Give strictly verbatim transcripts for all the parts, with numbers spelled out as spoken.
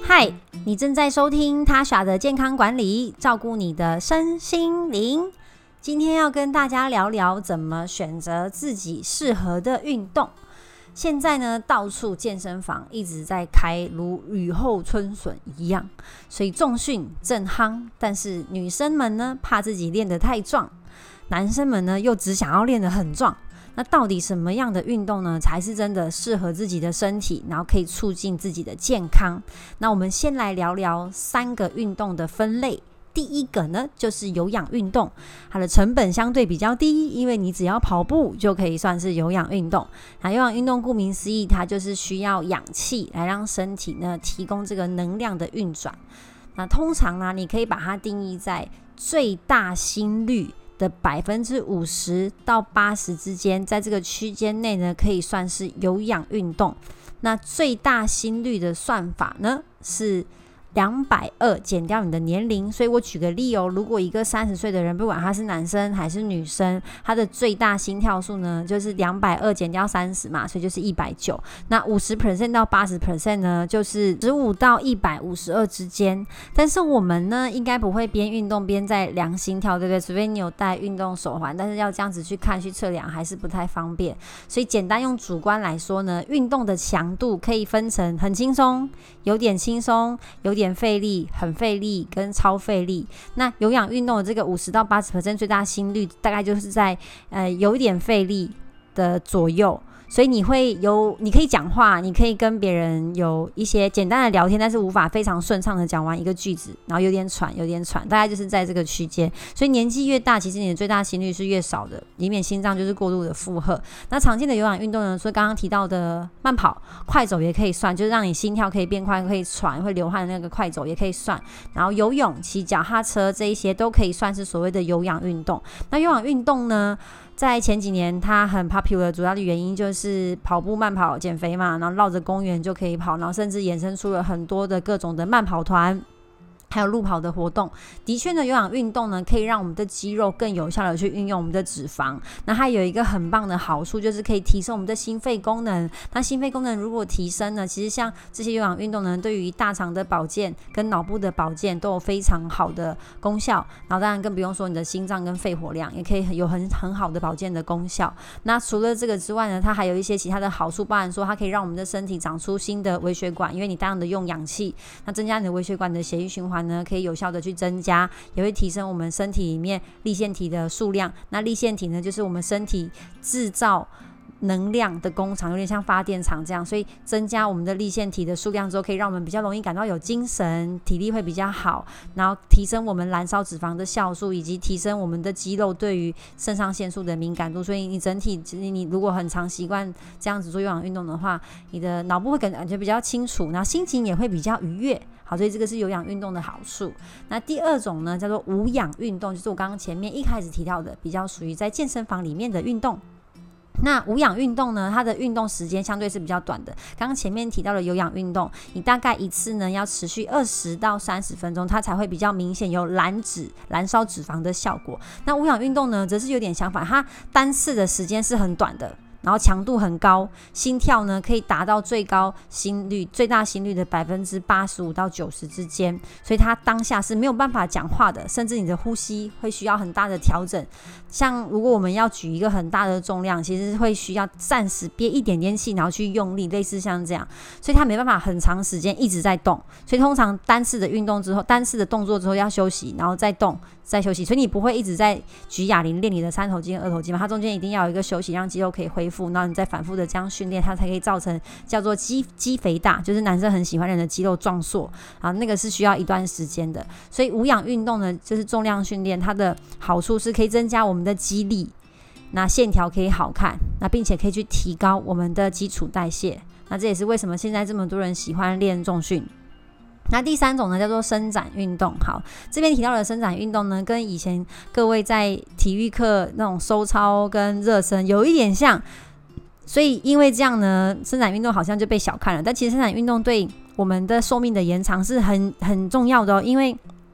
嗨，你正在收听他耍的健康管理，照顾你的身心灵。今天要跟大家聊聊怎么选择自己适合的运动。现在呢，到处健身房一直在开，如雨后春笋一样，所以重训正夯。但是女生们呢，怕自己练得太壮，男生们呢又只想要练得很壮。那到底什么样的运动呢，才是真的适合自己的身体，然后可以促进自己的健康？那我们先来聊聊三个运动的分类。第一个呢，就是有氧运动，它的成本相对比较低，因为你只要跑步就可以算是有氧运动。那有氧运动顾名思义，它就是需要氧气来让身体呢提供这个能量的运转。那通常呢，你可以把它定义在最大心率的百分之五十到八十之间，在这个区间内呢，可以算是有氧运动。那最大心率的算法呢是两百二十减掉你的年龄，所以我举个例哦，如果一个三十岁的人，不管他是男生还是女生，他的最大心跳数呢就是两百二十减掉三十嘛，所以就是一百九十。那 百分之五十 到 百分之八十 呢，就是十五到一百五十二之间。但是我们呢，应该不会边运动边在量心跳，对不对？除非你有带运动手环，但是要这样子去看去测量还是不太方便。所以简单用主观来说呢，运动的强度可以分成很轻松、有点轻松、有点费力、很费力跟超费力。那有氧运动的这个 百分之五十到八十 最大心率大概就是在呃有一点费力的左右。所以你会有，你可以讲话，你可以跟别人有一些简单的聊天，但是无法非常顺畅的讲完一个句子，然后有点喘，有点喘，大概就是在这个区间。所以年纪越大，其实你的最大心率是越少的，以免心脏就是过度的负荷。那常见的有氧运动呢，所以刚刚提到的慢跑、快走也可以算，就是让你心跳可以变快、可以喘、会流汗的那个快走也可以算。然后游泳、骑脚踏车这一些都可以算是所谓的有氧运动。那有氧运动呢，在前几年它很 popular， 主要的原因就是跑步、慢跑、减肥嘛，然后绕着公园就可以跑，然后甚至衍生出了很多的各种的慢跑团，还有路跑的活动。的确呢，有氧运动呢可以让我们的肌肉更有效的去运用我们的脂肪。那它有一个很棒的好处，就是可以提升我们的心肺功能。那心肺功能如果提升呢，其实像这些有氧运动呢，对于大肠的保健跟脑部的保健都有非常好的功效。然后当然更不用说你的心脏跟肺活量也可以有很很好的保健的功效。那除了这个之外呢，它还有一些其他的好处，包含说它可以让我们的身体长出新的微血管，因为你大量的用氧气，那增加你的微血管的血液循环呢，可以有效的去增加，也会提升我们身体里面粒线体的数量。那粒线体呢，就是我们身体制造能量的工厂，有点像发电厂这样，所以增加我们的粒线体的数量之后，可以让我们比较容易感到有精神，体力会比较好，然后提升我们燃烧脂肪的酵素，以及提升我们的肌肉对于肾上腺素的敏感度。所以你整体你如果很常习惯这样子做有氧运动的话，你的脑部会感觉比较清楚，然后心情也会比较愉悦。好，所以这个是有氧运动的好处。那第二种呢，叫做无氧运动，就是我刚刚前面一开始提到的，比较属于在健身房里面的运动。那无氧运动呢，它的运动时间相对是比较短的。刚刚前面提到的有氧运动，你大概一次呢要持续二十到三十分钟，它才会比较明显有燃脂、燃烧脂肪的效果。那无氧运动呢，则是有点相反，它单次的时间是很短的，然后强度很高，心跳呢可以达到最高心率、最大心率的百分之八十五到九十之间，所以它当下是没有办法讲话的，甚至你的呼吸会需要很大的调整。像如果我们要举一个很大的重量，其实会需要暂时憋一点点气，然后去用力，类似像这样，所以它没办法很长时间一直在动。所以通常单次的运动之后，单次的动作之后要休息，然后再动，再休息。所以你不会一直在举哑铃练你的三头肌、二头肌嘛？它中间一定要有一个休息，让肌肉可以恢复。然后你再反复的这样训练，它才可以造成叫做肌肌肥大，就是男生很喜欢人的肌肉壮硕啊，那个是需要一段时间的。所以无氧运动呢，就是重量训练，它的好处是可以增加我们的肌力，那线条可以好看，那并且可以去提高我们的基础代谢。那这也是为什么现在这么多人喜欢练重训。那第三种呢，叫做伸展运动。好，这边提到的伸展运动呢，跟以前各位在体育课那种收操跟热身有一点像。所以因为这样呢，伸展运动好像就被小看了，但其实伸展运动对我们的寿命的延长是很很重要的哦。因为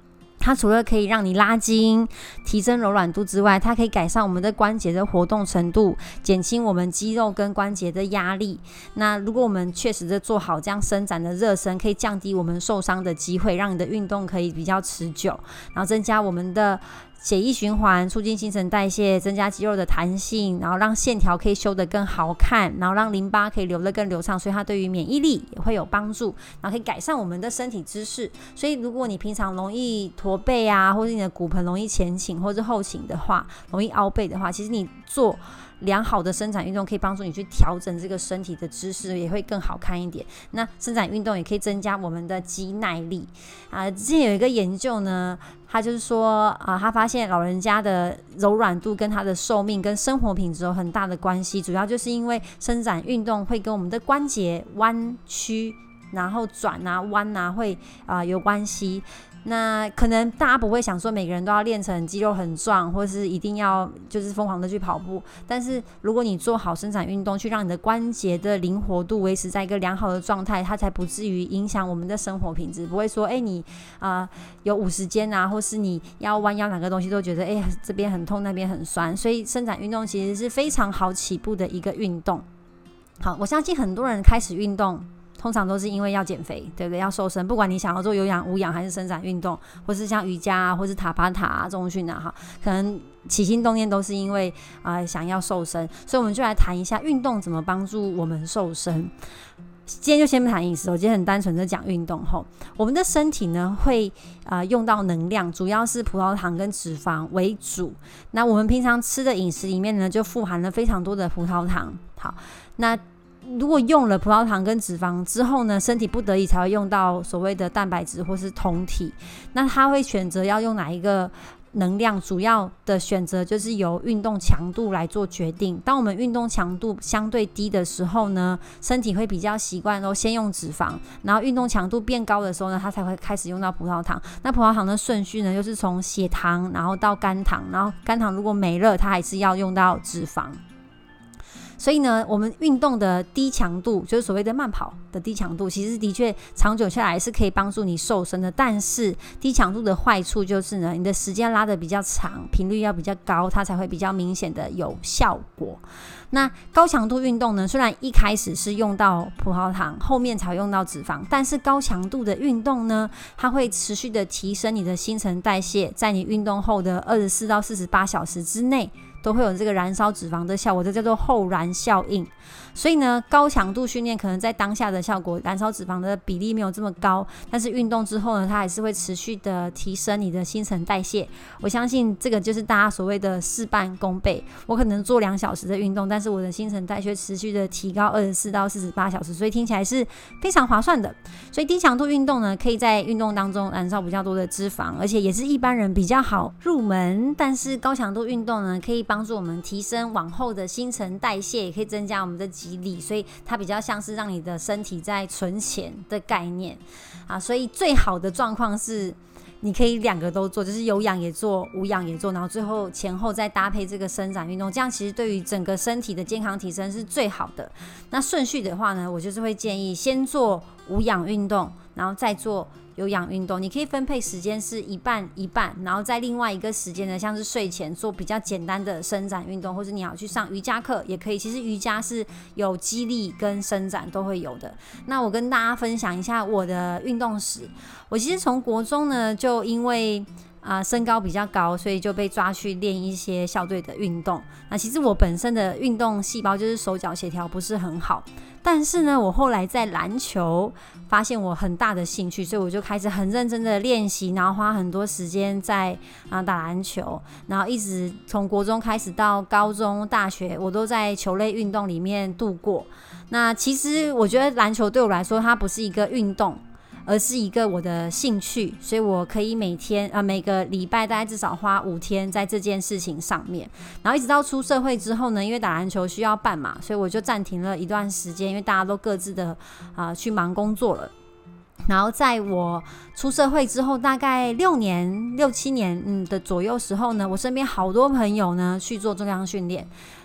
它除了可以让你拉筋、提升柔软度之外，它可以改善我们的关节的活动程度，减轻我们肌肉跟关节的压力。那如果我们确实的做好这样伸展的热身，可以降低我们受伤的机会，让你的运动可以比较持久，然后增加我们的血液循环，促进新陈代谢，增加肌肉的弹性，然后让线条可以修得更好看，然后让淋巴可以流得更流畅，所以它对于免疫力也会有帮助，然后可以改善我们的身体姿势。所以如果你平常容易驼背啊，或者你的骨盆容易前倾或者后倾的话，容易凹背的话，其实你做良好的伸展运动可以帮助你去调整这个身体的姿势，也会更好看一点。那伸展运动也可以增加我们的肌耐力啊。之前有一个研究呢，他就是说啊，他发现老人家的柔软度跟他的寿命跟生活品质有很大的关系，主要就是因为伸展运动会跟我们的关节弯曲，然后转啊弯啊会啊有关系。那可能大家不会想说每个人都要练成肌肉很壮，或是一定要就是疯狂的去跑步，但是如果你做好伸展运动，去让你的关节的灵活度维持在一个良好的状态，它才不至于影响我们的生活品质。不会说哎、欸、你啊、呃、有五十肩啊，或是你要弯腰哪个东西都觉得哎、欸、这边很痛那边很酸。所以伸展运动其实是非常好起步的一个运动。好，我相信很多人开始运动通常都是因为要减肥，对不对？要瘦身，不管你想要做有氧、无氧还是伸展运动，或是像瑜伽啊，或是塔巴塔啊、重训啊，哈，可能起心动念都是因为啊、呃、想要瘦身。所以我们就来谈一下运动怎么帮助我们瘦身。今天就先不谈饮食，我今天很单纯的讲运动后，我们的身体呢会啊、呃、用到能量，主要是葡萄糖跟脂肪为主。那我们平常吃的饮食里面呢，就富含了非常多的葡萄糖。好，那如果用了葡萄糖跟脂肪之后呢，身体不得已才会用到所谓的蛋白质或是酮体，那他会选择要用哪一个能量？主要的选择就是由运动强度来做决定。当我们运动强度相对低的时候呢，身体会比较习惯都先用脂肪，然后运动强度变高的时候呢，它才会开始用到葡萄糖。那葡萄糖的顺序呢，就是从血糖然后到肝糖，然后肝糖如果没了，它还是要用到脂肪。所以呢，我们运动的低强度，就是所谓的慢跑的低强度，其实的确长久下来是可以帮助你瘦身的。但是低强度的坏处就是呢，你的时间拉得比较长，频率要比较高，它才会比较明显的有效果。那高强度运动呢，虽然一开始是用到葡萄糖，后面才用到脂肪，但是高强度的运动呢，它会持续的提升你的新陈代谢，在你运动后的二十四到四十八小时之内，都会有这个燃烧脂肪的效果，这叫做后燃效应。所以呢，高强度训练可能在当下的效果，燃烧脂肪的比例没有这么高，但是运动之后呢，它还是会持续的提升你的新陈代谢。我相信这个就是大家所谓的事半功倍。我可能做两小时的运动，但是我的新陈代谢持续的提高二十四到四十八小时，所以听起来是非常划算的。所以低强度运动呢，可以在运动当中燃烧比较多的脂肪，而且也是一般人比较好入门。但是高强度运动呢，可以帮助我们提升往后的新陈代谢，也可以增加我们的肌力，所以它比较像是让你的身体在存钱的概念啊。所以最好的状况是你可以两个都做，就是有氧也做，无氧也做，然后最后前后再搭配这个伸展运动，这样其实对于整个身体的健康提升是最好的。那顺序的话呢，我就是会建议先做无氧运动，然后再做有氧运动。你可以分配时间是一半一半，然后在另外一个时间呢，像是睡前做比较简单的伸展运动，或者你要去上瑜伽课也可以。其实瑜伽是有肌力跟伸展都会有的。那我跟大家分享一下我的运动史。我其实从国中呢，就因为啊、呃，身高比较高，所以就被抓去练一些校队的运动。那其实我本身的运动细胞就是手脚协调不是很好，但是呢，我后来在篮球发现我很大的兴趣，所以我就开始很认真的练习，然后花很多时间在啊打篮球，然后一直从国中开始到高中、大学，我都在球类运动里面度过。那其实我觉得篮球对我来说，它不是一个运动，而是一个我的兴趣，所以我可以每天呃每个礼拜大概至少花五天在这件事情上面。然后一直到出社会之后呢，因为打篮球需要办嘛，所以我就暂停了一段时间，因为大家都各自的啊、呃、去忙工作了。然后在我出社会之后，大概六年、六七年嗯的左右时候呢，我身边好多朋友呢去做重量训练。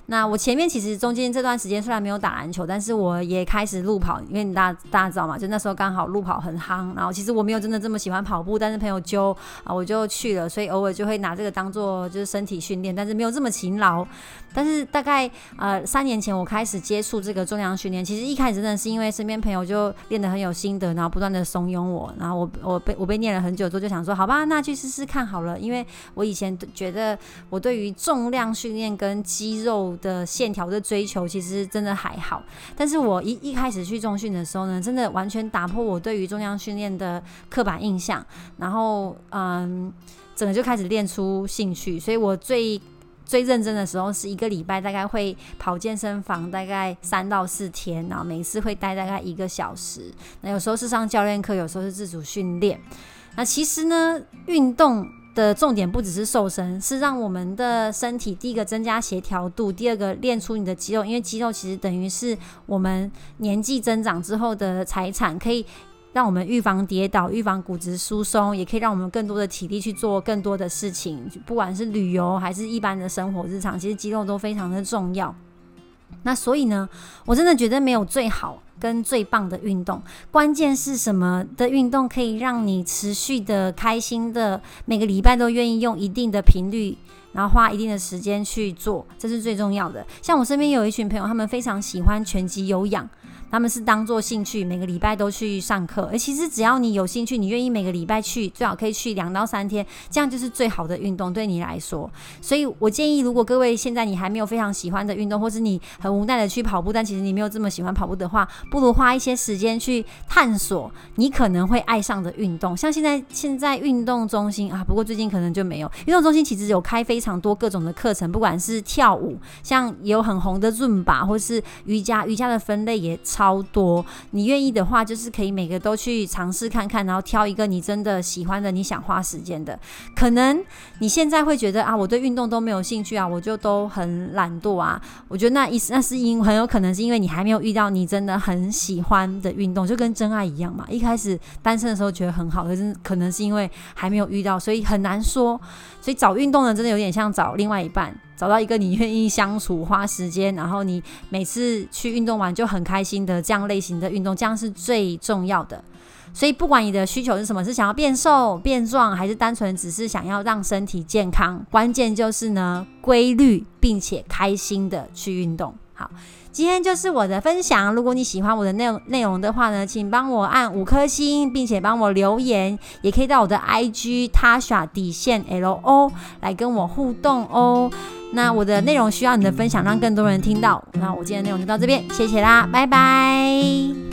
那我前面其实中间这段时间虽然没有打篮球，但是我也开始路跑，因为你大家大家知道嘛，就那时候刚好路跑很夯，然后其实我没有真的这么喜欢跑步，但是朋友揪啊我就去了，所以偶尔就会拿这个当做就是身体训练，但是没有这么勤劳。但是大概呃三年前我开始接触这个重量训练，其实一开始真的是因为身边朋友就练得很有心得，然后不断的怂恿我，然后我我被我被念了很久之后就想说，好吧，那去试试看好了，因为我以前觉得我对于重量训练跟肌肉的线条的追求其实真的还好，但是我一一开始去重训的时候呢，真的完全打破我对于重量训练的刻板印象，然后嗯，整个就开始练出兴趣，所以我最最认真的时候是一个礼拜大概会跑健身房大概三到四天，然后每一次会待大概一个小时，那有时候是上教练课，有时候是自主训练。那其实呢，运动的重点不只是瘦身，是让我们的身体第一个增加协调度，第二个练出你的肌肉，因为肌肉其实等于是我们年纪增长之后的财产，可以让我们预防跌倒，预防骨质疏松，也可以让我们更多的体力去做更多的事情，不管是旅游还是一般的生活日常，其实肌肉都非常的重要。那所以呢，我真的觉得没有最好跟最棒的运动，关键是什么的运动可以让你持续的开心的每个礼拜都愿意用一定的频率，然后花一定的时间去做，这是最重要的。像我身边有一群朋友，他们非常喜欢拳击有氧，他们是当做兴趣，每个礼拜都去上课。而其实只要你有兴趣，你愿意每个礼拜去，最好可以去两到三天，这样就是最好的运动对你来说。所以我建议，如果各位现在你还没有非常喜欢的运动，或是你很无奈的去跑步，但其实你没有这么喜欢跑步的话，不如花一些时间去探索你可能会爱上的运动。像现在现在运动中心啊，不过最近可能就没有。运动中心其实有开非常多各种的课程，不管是跳舞，像也有很红的Zumba，或是瑜伽，瑜伽的分类也超多。你愿意的话，就是可以每个都去尝试看看，然后挑一个你真的喜欢的，你想花时间的。可能你现在会觉得啊，我对运动都没有兴趣啊，我就都很懒惰啊。我觉得那那是因很有可能是因为你还没有遇到你真的很喜欢的运动，就跟真爱一样嘛。一开始单身的时候觉得很好，可是可能是因为还没有遇到，所以很难说。所以找运动呢，真的有点像找另外一半，找到一个你愿意相处、花时间，然后你每次去运动完就很开心的这样类型的运动，这样是最重要的。所以不管你的需求是什么，是想要变瘦、变壮，还是单纯只是想要让身体健康，关键就是呢，规律并且开心的去运动。好，今天就是我的分享。如果你喜欢我的内容内容的话呢，请帮我按五颗星，并且帮我留言，也可以到我的 I G Tasha 底线 L O 来跟我互动哦。那我的内容需要你的分享，让更多人听到。那我今天的内容就到这边，谢谢啦，拜拜。